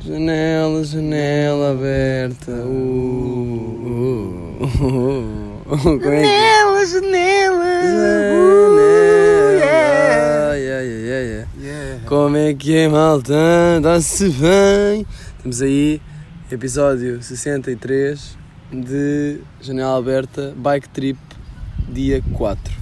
Janela, janela aberta. Como é que é? Janela. Como é que é, malta? Dá-se bem? Estamos aí, episódio 63 de Janela Aberta, Bike Trip, dia 4.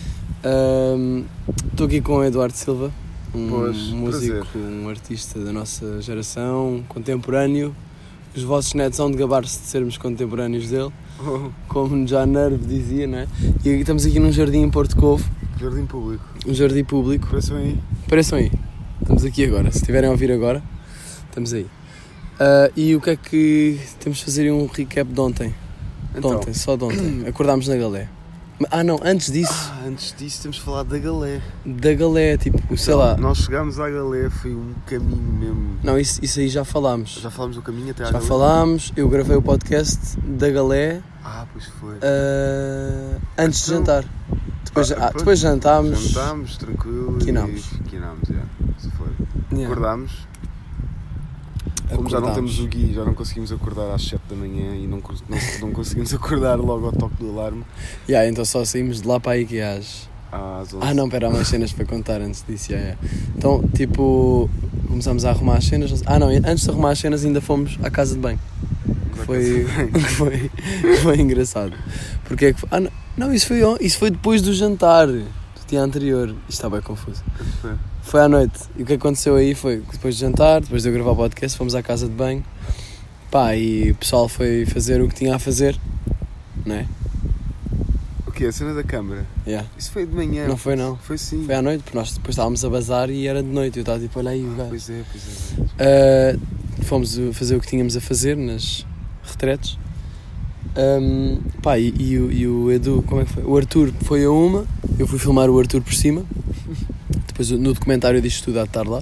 Estou aqui com o Eduardo Silva, músico, um artista da nossa geração, contemporâneo. Os vossos netos hão de gabar-se de sermos contemporâneos dele, como já Nerve dizia, não é? E estamos aqui num jardim em Porto Covo. Jardim público. Um jardim público. Pareçam aí. Estamos aqui agora. Se estiverem a ouvir agora, estamos aí. E o que é que temos de fazer um recap de ontem? Então. Só de ontem. Acordámos na Galé. Não, antes disso. Antes disso temos de falar da Galé. Da Galé, tipo, Então, sei lá. Nós chegámos à Galé, foi um caminho mesmo. Não, isso aí já falámos. Já falámos do caminho até à Já Galé? falámos, eu gravei o podcast da Galé. Pois foi. Antes de jantar. Depois Pronto. jantámos. Jantámos, tranquilo. Quinámos. Quinámos, Isso foi. Yeah. Acordámos. Como já não temos o guia, já não conseguimos acordar às 7 da manhã e não conseguimos acordar logo ao toque do alarme. Então só saímos de lá para aí que às 11. Não, pera, há umas cenas para contar antes disso. Então, tipo, começámos a arrumar as cenas. Antes de arrumar as cenas ainda fomos à casa de banho. Foi engraçado. Porque é que isso foi depois do jantar do dia anterior. Isto está bem confuso. Foi à noite. E o que aconteceu aí foi que depois de jantar, depois de eu gravar o podcast, fomos à casa de banho. E o pessoal foi fazer o que tinha a fazer, não é? O quê? A cena da câmara? Yeah. Isso foi de manhã. Não foi, não. Foi sim. Foi à noite, porque nós depois estávamos a bazar e era de noite. Eu estava tipo, olha aí o gajo. Pois é. Fomos fazer o que tínhamos a fazer nas retretes. E o Edu, como é que foi? O Arthur foi a uma, eu fui filmar o Arthur por cima. Depois no documentário disto tudo há de estar lá.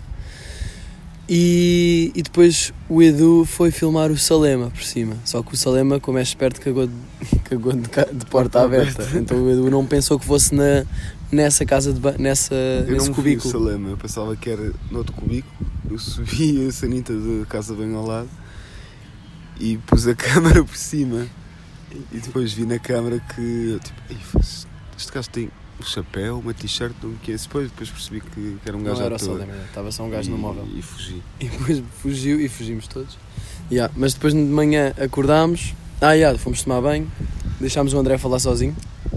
E depois o Edu foi filmar o Salema por cima. Só que o Salema, como é esperto, cagou de porta aberta. Então o Edu não pensou que fosse nessa casa de nesse cubículo. Vi o Salema, eu pensava que era noutro cubículo. Eu subi a sanita da casa bem ao lado e pus a câmara por cima. E depois vi na câmara que este gajo tem um chapéu, uma t-shirt, depois percebi que era um gajo não era ator. o Salema, estava só um gajo no móvel. E fugi. E depois fugiu e fugimos todos. Mas depois de manhã acordámos, fomos tomar banho, deixámos o André falar sozinho.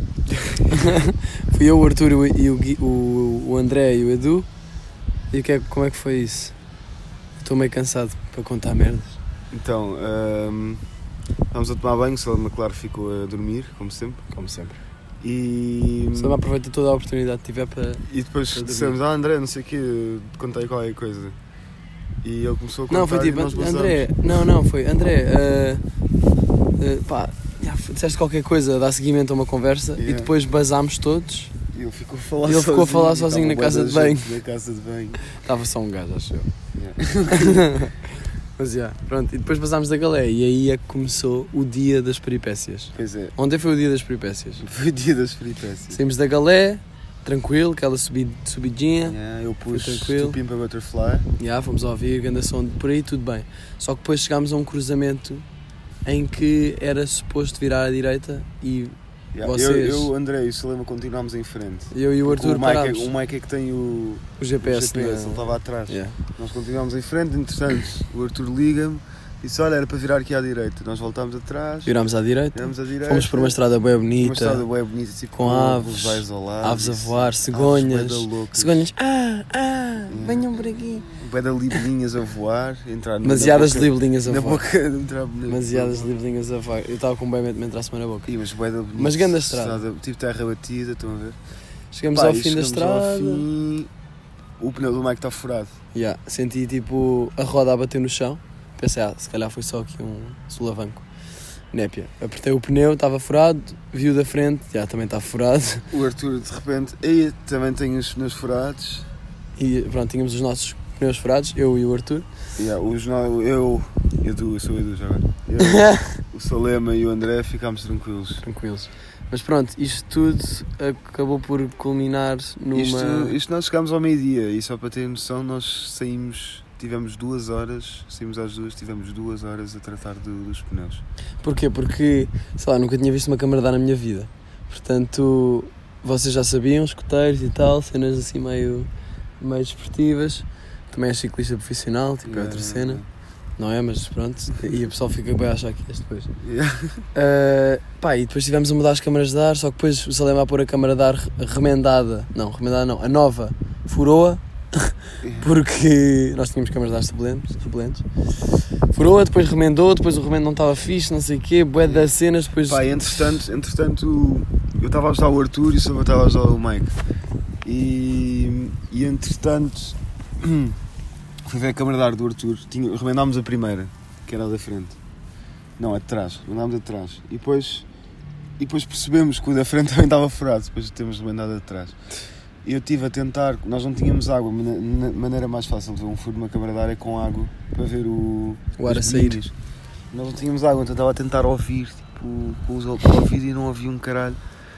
Fui eu, o Arthur e o André e o Edu. E como é que foi isso? Estou meio cansado para contar merdas. Então, estávamos a tomar banho, o Salema, claro, ficou a dormir, como sempre. E Salema aproveita toda a oportunidade que tiver para... E depois dissemos, André, não sei o quê, contei qualquer coisa. E ele começou a contar. Não, foi tipo, André, disseste qualquer coisa, dá seguimento a uma conversa e depois basámos todos. E ele ficou a falar sozinho na casa de banho. Estava só um gajo, acho eu. Mas pronto, e depois passámos da Galé e aí é que começou o dia das peripécias. Pois é. Ontem foi o dia das peripécias. Foi o dia das peripécias. Saímos da Galé, tranquilo, aquela subidinha. Eu pus To Pimp a Butterfly. Fomos a ouvir, grande som, por aí tudo bem. Só que depois chegámos a um cruzamento em que era suposto virar à direita e vocês... Eu, André e o Salema continuámos em frente. Eu e o Arthur parámos. O Mike é que tem o GPS, ele estava atrás. Nós continuámos em frente, entretanto o Arthur liga-me e disse, olha, era para virar aqui à direita. Nós voltámos atrás. Virámos à direita. Fomos por uma estrada bem bonita. Tipo, com aves a voar, cegonhas. Venham por aqui. Bué de libelinhas a voar, demasiadas libelinhas a voar. Demasiadas libelinhas a voar. Eu estava com bem medo de me entrasse-me na boca. Mas grande estrada. Tipo terra batida, estão a ver? Chegamos ao fim da estrada. O pneu do Mike está furado. Senti tipo a roda a bater no chão. Pensei, se calhar foi só aqui um solavanco. Népia. Apertei o pneu, estava furado, viu da frente, também está furado. O Arthur de repente, também tenho os pneus furados. E pronto, tínhamos os nossos pneus furados, eu e o Arthur. Eu sou o Edu já agora. O Salema e o André ficámos tranquilos. Mas pronto, isto tudo acabou por culminar numa... Isto nós chegámos ao meio-dia e só para ter noção nós saímos tivemos 2 horas, saímos às 2, tivemos 2 horas a tratar dos pneus. Porquê? Porque, sei lá, nunca tinha visto uma câmara de ar na minha vida. Portanto, vocês já sabiam, escuteiros e tal, cenas assim meio desportivas. Também é ciclista profissional, tipo, é outra cena. Não é, mas pronto. E o pessoal fica bem a achar que é depois. E depois tivemos a mudar as câmaras de ar, só que depois o Salema a pôr a câmara de ar remendada. Não, a nova, furou-a. Porque nós tínhamos câmaras de ar suplentes. Furou-a, depois remendou, depois o remendo não estava fixe, não sei o quê, bué das cenas, depois... Entretanto, eu estava a ajudar o Arthur e o Salema estava a ajudar o Mike. E entretanto, fui ver a câmara de ar do Arthur, remendámos a primeira, que era a da frente. Não, a de trás, remendámos a de trás. E depois percebemos que o da frente também estava furado, depois de termos remendado a de trás. E eu estive a tentar, nós não tínhamos água, a maneira mais fácil de ver um furo de uma câmara de ar é com água, para ver o ar a sair. Nós não tínhamos água, então estava a tentar ouvir, tipo, com os ouvidos e não ouvia um caralho.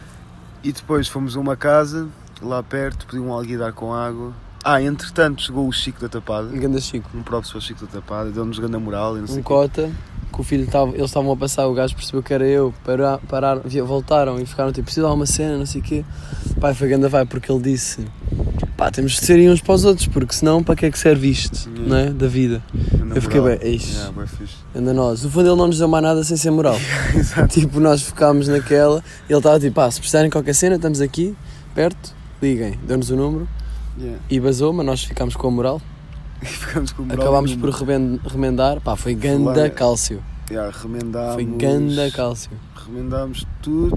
E depois fomos a uma casa, lá perto, pediu um alguidar com água. Entretanto chegou o Chico da Tapada. Ganda Chico. Um próprio para o Chico da Tapada, deu-nos grande moral e não sei cota, que o filho estava, eles estavam a passar, o gajo percebeu que era eu, pararam, voltaram e ficaram tipo, preciso de uma cena, não sei o quê. Pá, foi grande vai, porque ele disse, temos de ser uns para os outros, porque senão para que é que serve isto, não é? Da vida. Eu fiquei bem, anda nós. No fundo ele não nos deu mais nada sem ser moral. Tipo, nós ficámos naquela, e ele estava tipo, se precisarem de qualquer cena, estamos aqui, perto, liguem, deu-nos o número. E basou, mas nós ficámos com a moral. Acabámos por remendar. Foi ganda cálcio. Foi ganda cálcio. Remendámos tudo.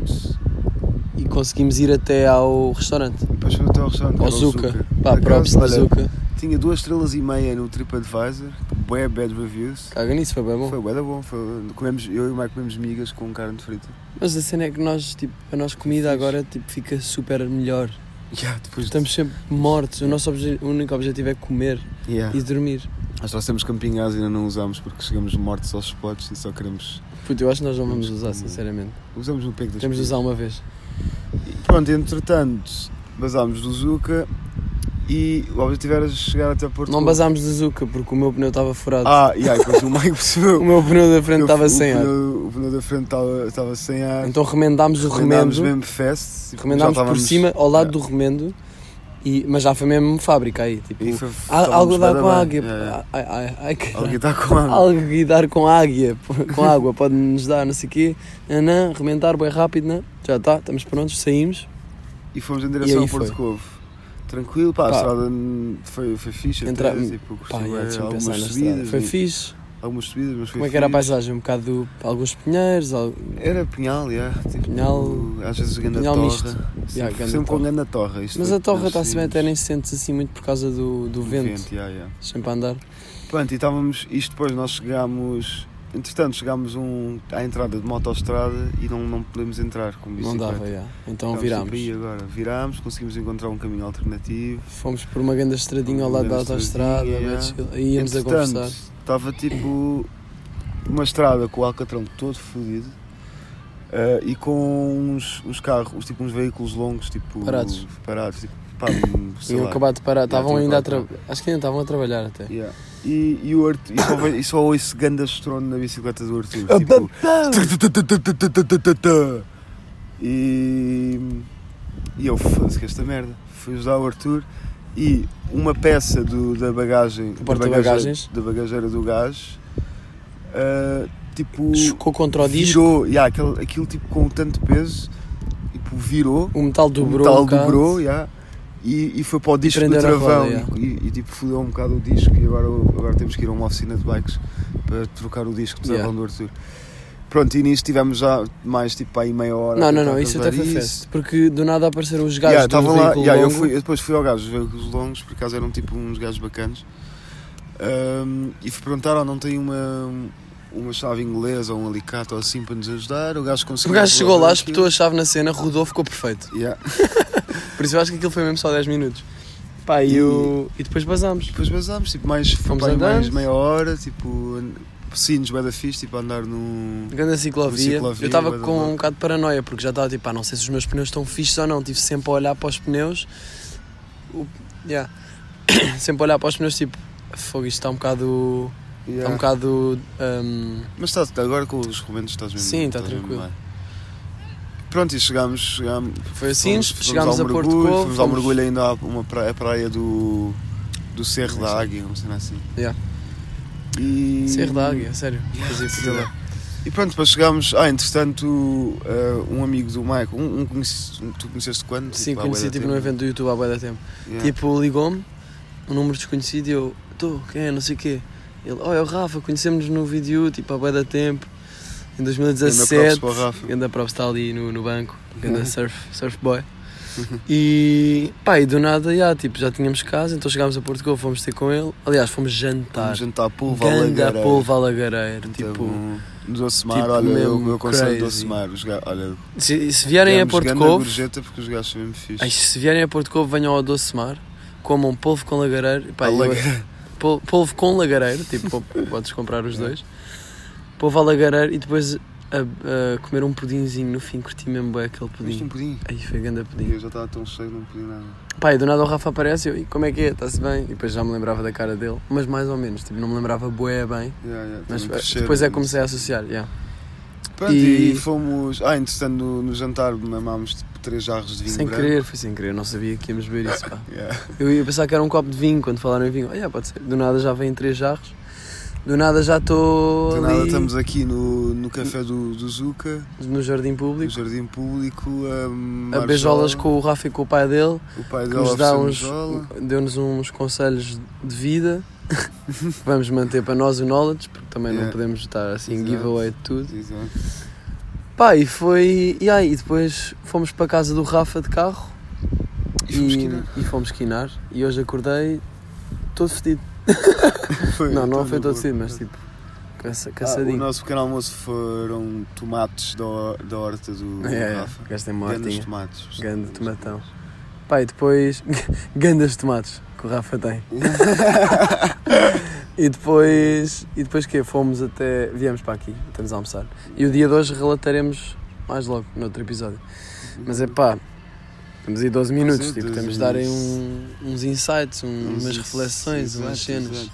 E conseguimos ir até ao restaurante. Depois fomos até ao restaurante. Ao Zuka. Props do Zuka. Tinha 2 estrelas e meia no TripAdvisor. Bué bad reviews. Caga nisso, foi bem bom. Foi bué bom. Eu e o Mike comemos migas com carne frita. Mas a cena é que nós, tipo, a nossa comida agora tipo, fica super melhor. Estamos sempre mortos, o único objetivo é comer e dormir. Nós trouxemos campinhás e ainda não usámos porque chegamos mortos aos spots e só queremos... Eu acho que nós não vamos usar, sinceramente. Usamos no peito das Temos de usar uma vez. Pronto, entretanto, basámos do Zuka e o objetivo era chegar até Porto. Não basámos do Zuka porque o meu pneu estava furado. Depois o Mike percebeu. O meu pneu da frente estava sem ar. O pneu da frente estava sem ar. Então remendámos o remendo. Remendámos mesmo fast. Remendámos por cima, ao lado do remendo. Mas já foi mesmo fábrica aí. Tipo, alguidar com águia. Alguidar com águia. Com água, pode-nos dar, não sei o quê. Remendar bem rápido, não? Já está, estamos prontos, saímos. E fomos em direção ao Porto Covo. Tranquilo, a estrada foi fixe, algumas subidas. Foi fixe. Algumas subidas, mas foi Como é que era a paisagem? Um bocado de alguns pinheiros? Era pinhal, tipo, pinhal, às vezes grande pinhal torre. Misto. Sempre com grande torre. Mas a torre está-se bem, até nem se sente assim muito por causa do vento. Sempre a andar. Pronto, e estávamos, isto depois nós chegámos, entretanto chegámos à entrada de motoestrada e não podemos entrar com bicicleta. Não dava, então virámos. Virámos, conseguimos encontrar um caminho alternativo. Fomos por uma grande estradinha ao lado da autoestrada, aí íamos a conversar. Estava tipo uma estrada com o alcatrão todo fodido e com uns carros, tipo uns veículos longos, tipo parados tipo, tinham acabado de parar, estavam ainda acho que ainda estavam a trabalhar até. E o Arthur, e só ouço ganda estrondo na bicicleta do Arthur, tipo, e eu foda-se que esta merda, fui ajudar o Arthur. E uma peça da bagagem, da bagageira do gajo, tipo... chocou contra o disco. Virou, aquilo tipo com tanto peso, tipo virou. O metal dobrou, e foi para o disco do travão. E tipo fudeu um bocado o disco e agora temos que ir a uma oficina de bikes para trocar o disco do travão do Arthur. Pronto, e nisto tivemos já mais tipo aí meia hora. Não, isso até foi festa. Porque do nada apareceram os gajos do veículo longo. Eu depois fui ao gajo dos veículos longos, por acaso eram tipo uns gajos bacanas. E fui perguntar, não tem uma chave inglesa ou um alicate ou assim para nos ajudar. O gajo conseguiu. O gajo chegou lá, espetou a chave na cena, rodou, ficou perfeito. Por isso eu acho que aquilo foi mesmo só 10 minutos. E depois basámos. Tipo, mais meia hora, tipo... Sinos, bué da fixe, tipo a andar num... grande ciclovia. Eu estava com um bocado de paranoia, porque já estava tipo, não sei se os meus pneus estão fixos ou não. Estive sempre a olhar para os pneus. Sempre a olhar para os pneus, tipo, Fogo, isto está um bocado... Yeah. Está um bocado... Mas está, agora com os comentários estás mesmo. Sim, está estás mesmo tranquilo. bem. Pronto, e chegámos Foi assim, fomos chegámos ao a Porto mergulho, Covo. fomos ao mergulho ainda a a praia do Cerro da Águia, não sei assim. Yeah. E... Cerro da Águia, sério. Yeah, Fazia sim. fila. E pronto, depois chegámos. Entretanto, um amigo do Michael, tu conheceste quando? Sim, Tipo, há conheci bué de tipo tempo. no evento do YouTube há bué de tempo. Yeah. Tipo, ligou-me, um número desconhecido e eu, quem é, não sei o quê. Ele, é o Rafa, conhecemos-nos no vídeo, tipo, há bué de tempo. Em 2017, Ganda props para o Rafa. ganda props está ali no banco, ganda surf boy. E pá, e do nada, tipo, já tínhamos casa, então chegámos a Porto Covo, fomos ter com ele. Aliás, fomos jantar. Vamos jantar polvo à Ganda lagareira. polvo à lagareira. Então, Tipo, no Doce Mar, tipo olha, mesmo eu aconselho crazy. Doce Mar. Olha, se vierem a Porto ganda Covo, gorjeta porque os gajos são mesmo fixes. ai, se vierem a Porto Covo, venham ao Doce Mar, comam polvo com lagareiro. Pá, À lagareira. polvo com lagareiro, tipo, podes comprar os dois. Polvo à lagareira e depois a comer um pudinzinho no fim, curti mesmo bem aquele Viste pudim. um pudim? Aí foi ganda pudim. Eu já estava tão cheio, não podia nada. Pá, e do nada o Rafa aparece e eu, e como é que é? Está-se bem? E depois já me lembrava da cara dele, mas mais ou menos, tipo, não me lembrava bué bem, mas também por depois cheiro, comecei a associar, yeah. Pronto, E- e fomos. Entretanto, no jantar mamámos tipo 3 jarros de vinho Sem branco. querer, foi sem querer, não sabia que íamos beber isso, pá. Yeah. Eu ia pensar que era um copo de vinho quando falaram em vinho, pode ser, do nada já vem 3 jarros, do nada já estou Do ali nada estamos aqui no café do Zuka, no jardim no público, jardim público, a beijolas com o Rafa e com o pai dele, o pai que dele nos dá ofereceu-nos deu-nos uns conselhos de vida. Vamos manter para nós o knowledge, porque também não Yeah. podemos estar assim Exato. giveaway de tudo. Exato. Pá, e foi. E depois fomos para a casa do Rafa de carro E fomos quinar. e hoje acordei todo fedido. Foi, Não então, foi todo boa. fedido, mas tipo O cansadinho. nosso pequeno almoço foram tomates da horta do Rafa. Gastei uma Grandes hortinha. tomates. Ganda tomatão. Pá, e depois. Gandas tomates que o Rafa tem. E depois quê? Viemos para aqui, estamos a almoçar. E o dia de hoje relataremos mais logo, noutro episódio. Mas é pá, temos aí 12 minutos, Sim, tipo, 12 temos de darem minutos. uns insights, umas Uns reflexões, umas exato, cenas.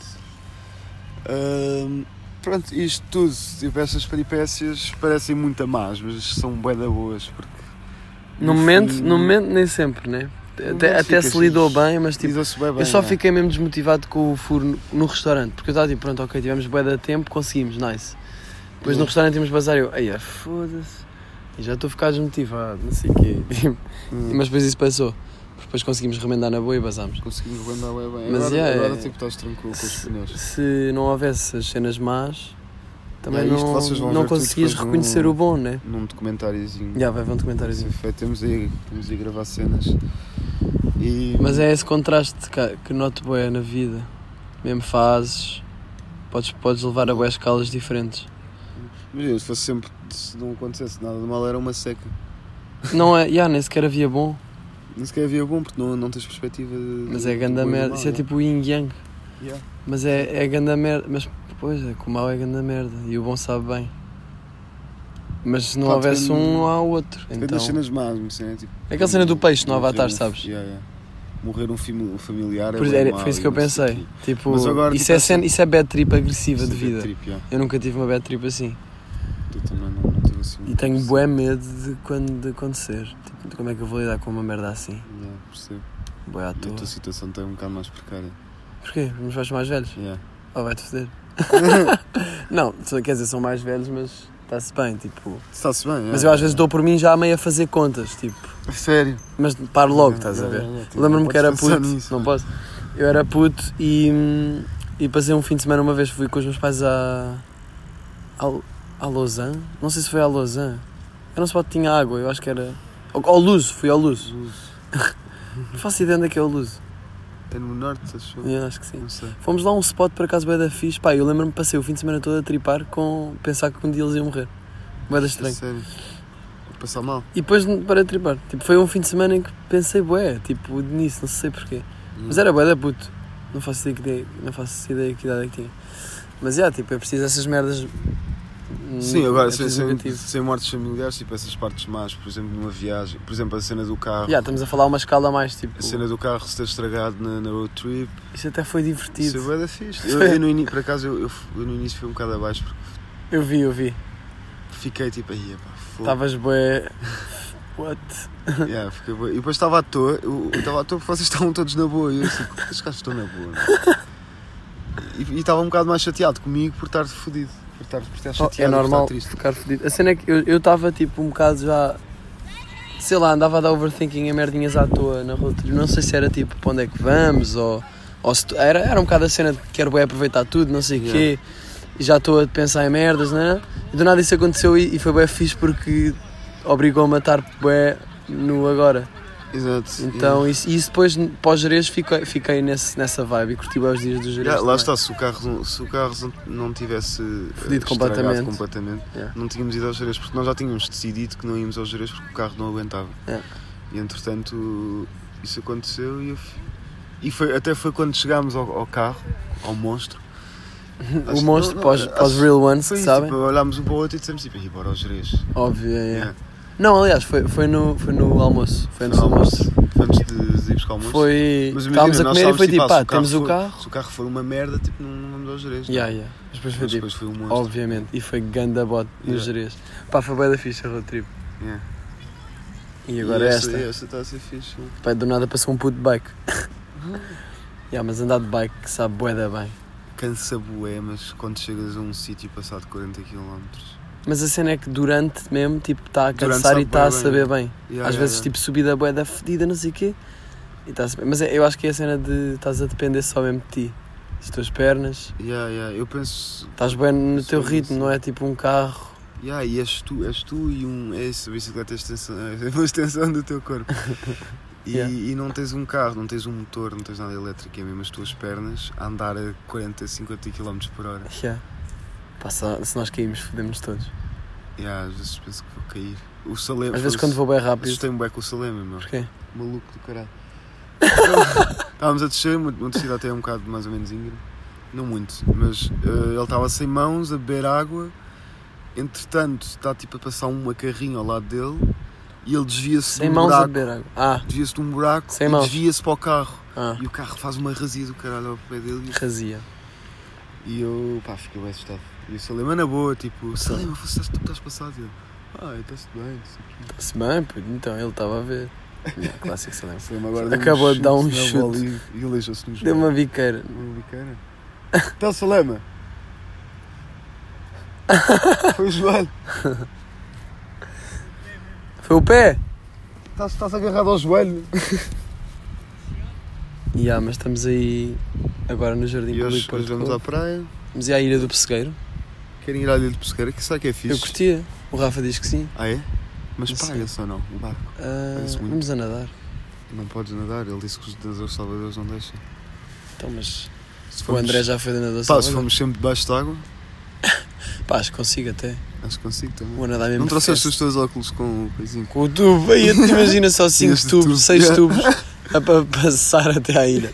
exato. Pronto, isto tudo, tipo, essas peripécias parecem muito a más, mas são bué da boas, porque... No momento nem sempre, né? Até se lidou bem, mas tipo, Lidou-se bué bem, eu só né? fiquei mesmo desmotivado com o furo no restaurante, porque eu estava tipo, pronto, ok, tivemos bué de tempo, conseguimos, nice. Depois no restaurante tínhamos bazar e eu, foda-se, e já estou a ficar desmotivado, não sei o quê. Mas depois isso passou, depois conseguimos remendar na boa e basámos. Conseguimos andar bué bem. Mas, agora tipo, estás tranquilo com os pneus. Se não houvesse as cenas más, também Isto vocês vão não ver tudo conseguias depois reconhecer num- o bom, né? Num documentáriozinho. Vai ver um documentáriozinho. Temos aí gravar cenas. E... Mas é esse contraste que noto bué na vida. Mesmo fases, podes levar a bué escalas diferentes. Imagina, se fosse sempre, se não acontecesse nada de mal, era uma seca. Não é, nem sequer havia bom, Nem sequer havia bom, porque não tens perspectiva de... mas é do ganda bom e do merda. mal, Isso é né? tipo o yin yang. Yeah. Mas é ganda merda. Mas pois é, que o mau é ganda merda e o bom sabe bem. Mas se não Pá, houvesse depende- um, não há o outro. Depende Então, das cenas más, mas é tipo... é aquela cena do peixe no morrer Avatar, sabes? Morrer um familiar Por isso, bué mau foi isso que eu e não sei o pensei. quê. Tipo, Mas agora, isso, tipo, isso é bad trip agressiva Isso de é vida. trip, yeah. Eu nunca tive uma bad trip assim. Eu também não tive assim. E tenho bué medo de acontecer. Tipo, de como é que eu vou lidar com uma merda assim? Yeah, percebo. Bué à E a toa. tua situação está um bocado mais precária. Porquê? Nos faz mais velhos? Yeah. Oh, vai-te foder. Não, quer dizer, são mais velhos, mas está-se bem, tipo... Está-se bem, Mas eu às vezes dou por mim já meio a fazer contas, tipo... Sério? Mas paro logo, estás a ver? Lembro-me que era puto, não posso. Eu era puto e passei um fim de semana uma vez, fui com os meus pais a Lausanne, não sei se foi a Lausanne, era um spot que tinha água, eu acho que era... Ao Luso, fui ao Luso. Não faço ideia onde é que é o Luso. É no norte, achou? Eu acho que sim. Não sei. Fomos lá a um spot por acaso bué da fixe, pá, eu lembro-me que passei o fim de semana todo a tripar com pensar que um dia eles iam morrer. Bué da estranho. Sério? Passar mal? E depois parei de tripar. Tipo, foi um fim de semana em que pensei bué, tipo, nisso, não sei porquê. Mas era bué da puto. Não faço ideia que idade é que tinha. Mas tipo, é preciso essas merdas Sim, agora é preciso negativo. sem mortes familiares, tipo essas partes más, por exemplo, numa viagem, por exemplo, a cena do carro. Estamos a falar uma escala mais tipo. A cena do carro se ter estragado na road trip. Isso até foi divertido. Isso é bué da fixe. Eu no início, por acaso, eu no início fui um bocado abaixo porque Eu vi. fiquei tipo, aí, pá, foda. Estavas bué. What? Fiquei bué. E depois estava à toa, eu estava à toa porque vocês estavam todos na boa. E eu assim, estes gajos estão na boa. E estava um bocado mais chateado comigo por estar fodido. Por estar chateado. É normal por estar triste. ficar fodido. A cena é que eu estava tipo um bocado já. Sei lá, andava a dar overthinking a merdinhas à toa na rua. Não sei se era tipo para onde é que vamos ou se era um bocado a cena de que quero bem aproveitar tudo, não sei o quê. E já estou a pensar em merdas, né? E do nada isso aconteceu e foi bem fixe porque obrigou-me a estar bem no agora. Exato. Então isso depois pós-Jerez fiquei nessa vibe e curti bem os dias do Jerez. Lá está, se o carro não tivesse fodido completamente. Não tínhamos ido aos Jerez, porque nós já tínhamos decidido que não íamos aos Jerez porque o carro não aguentava. E entretanto isso aconteceu e até foi quando chegámos ao carro, ao monstro. O monstro pós Real Ones, sabem? Tipo, olhámos um para o outro e dissemos tipo, bora aos Jerez. Óbvio, Não, aliás, foi no almoço. Foi antes do almoço. Antes de ir buscar o almoço. Mas estávamos a comer e foi tipo, temos o carro. Se o carro for uma merda, tipo, não vamos aos Jerez. Mas depois foi tipo, foi um monstro. Obviamente. E foi ganda bote nos Jerez. Pá, foi bué da fixe a road trip. E agora esta está a ser fixe. Pá, do nada passou um puto de bike. Mas andar de bike sabe bué da bem. Cansa bué, mas quando chegas a um sítio passado 40 km. Mas a cena é que durante mesmo, tipo, está a cansar e está a saber bem. Às vezes, tipo, subida bué da fedida, não sei o quê. E está a saber. Mas eu acho que é a cena de estás a depender só mesmo de ti. As tuas pernas. Eu penso... Estás bem no teu ritmo, não é tipo um carro. E és tu e essa bicicleta é uma extensão do teu corpo. E não tens um carro, não tens um motor, não tens nada elétrico, é mesmo as tuas pernas a andar a 40, 50 km por hora. Pá, se nós caímos, fodemos todos. Às vezes penso que vou cair. O Salema, às vezes quando vou bem rápido. Assustei-me bem com o Salema, meu. Porquê? Maluco do caralho. Estávamos a descer, uma descida até um bocado mais ou menos íngreme. Não muito, mas ele estava sem mãos, a beber água. Entretanto, está tipo a passar uma carrinha ao lado dele. E ele desvia-se de um buraco. Sem mãos a beber água. Desvia-se de um buraco e desvia-se para o carro. E o carro faz uma razia do caralho ao pé dele. Razia. E eu, fiquei bem assustado. E o Salema na boa, tipo, Salema, tu estás passado? E eu, está-se bem. Está-se bem, puto. Então ele estava a ver. Clássico Salema. Agora acabou de dar um chute. E aleijou-se no joelho. Deu uma biqueira. Então, Salema. Foi o joelho. Foi o pé? Estás agarrado ao joelho. Mas estamos aí agora no Jardim Público. Hoje vamos à praia. Vamos ir à Ilha do Pessegueiro. Querem ir à Ilha do Pessegueiro? Que sabe que é fixe? Eu curtia. O Rafa diz que sim. É? Mas paga-se ou não? O barco? Vamos a nadar. Não podes nadar, ele disse que os nadadores salvadores não deixam. Então, mas o André já foi de nadador salvador. Se fomos sempre debaixo de água. Acho que consigo até. Acho que consigo também. Vou nadar mesmo. Não trouxeste os teus óculos com o coisinho? Com o tubo. Aí te imagina só 5 tubos, 6 tubos a passar até à ilha.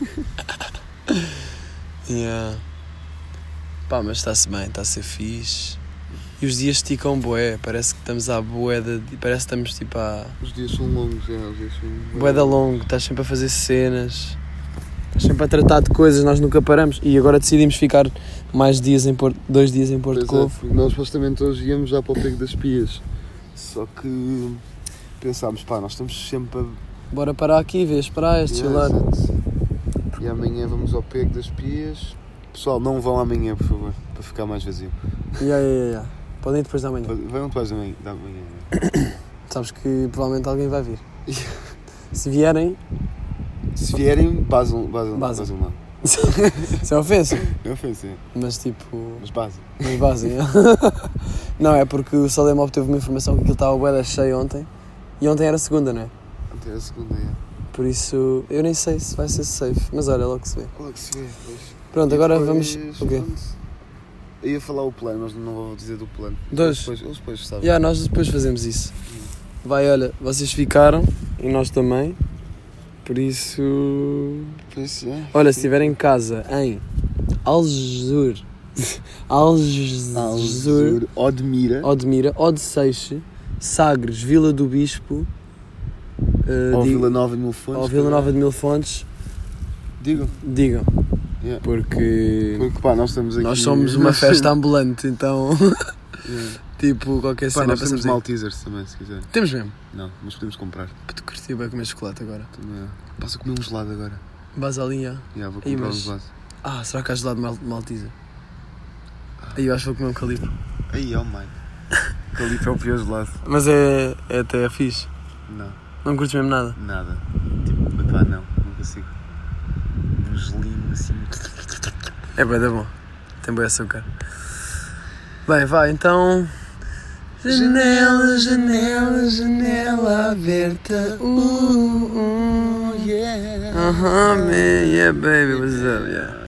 Mas está-se bem, está a ser fixe. E os dias esticam bué, parece que estamos à bué parece que estamos tipo a... Os dias são longos, os dias são... Bué da longo, estás sempre a fazer cenas, estás sempre a tratar de coisas, nós nunca paramos. E agora decidimos ficar mais dias 2 dias em Porto Covo. Nós supostamente hoje íamos já para o Pego das Pias, só que pensámos, nós estamos sempre a... Bora parar aqui, ver as praias, chilar. E amanhã vamos ao Pego das Pias. Pessoal, não vão amanhã, por favor, para ficar mais vazio. Podem ir depois da manhã. Vão depois da manhã. Sabes que provavelmente alguém vai vir. Se vierem, basam lá. Isso é ofensa. É ofensa, é. Mas tipo... Mas basem. Não, é porque o Salema obteve uma informação que aquilo estava bué da cheio ontem. E ontem era segunda, não é? Ontem era segunda, é. Por isso, eu nem sei se vai ser safe. Mas olha, logo se vê. Logo se vê, pois. Pronto, e agora depois, vamos... O quê? Eu ia falar o plano, mas não vou dizer do plano. Eles depois sabem. Nós depois fazemos isso. Vai, olha, vocês ficaram e nós também. Por isso... Olha, se estiver em casa em Algesur, Algesur, Odmira. Odmira, Odeceixe, Sagres, Vila do Bispo, Ou Vila Nova de Mil Fontes. ou Vila Nova de Mil Fontes. Digam. Yeah. Porque pá, nós estamos aqui. nós somos uma festa ambulante, então Yeah. tipo qualquer Pá, cena nós temos passamos aí. Maltesers também, se quiser. Temos mesmo. Não, mas podemos comprar. Puto, curti bem comer chocolate agora. Também é. Passa a comer um gelado agora. Vas ali, já. Yeah, vou Aí, comprar mas- um gelado. Será que há gelado Malteser? Aí eu acho que vou comer um calipo. Aí, oh my. Calipo é o pior gelado. Mas é até fixe. Não, Não curtes mesmo nada? nada. Tipo, pá, não consigo. Um gelinho assim. É bem, é bom. Tem bom açúcar. Bem, vai, então... Janela, janela, janela aberta. Yeah. Man, yeah baby, what's up, yeah.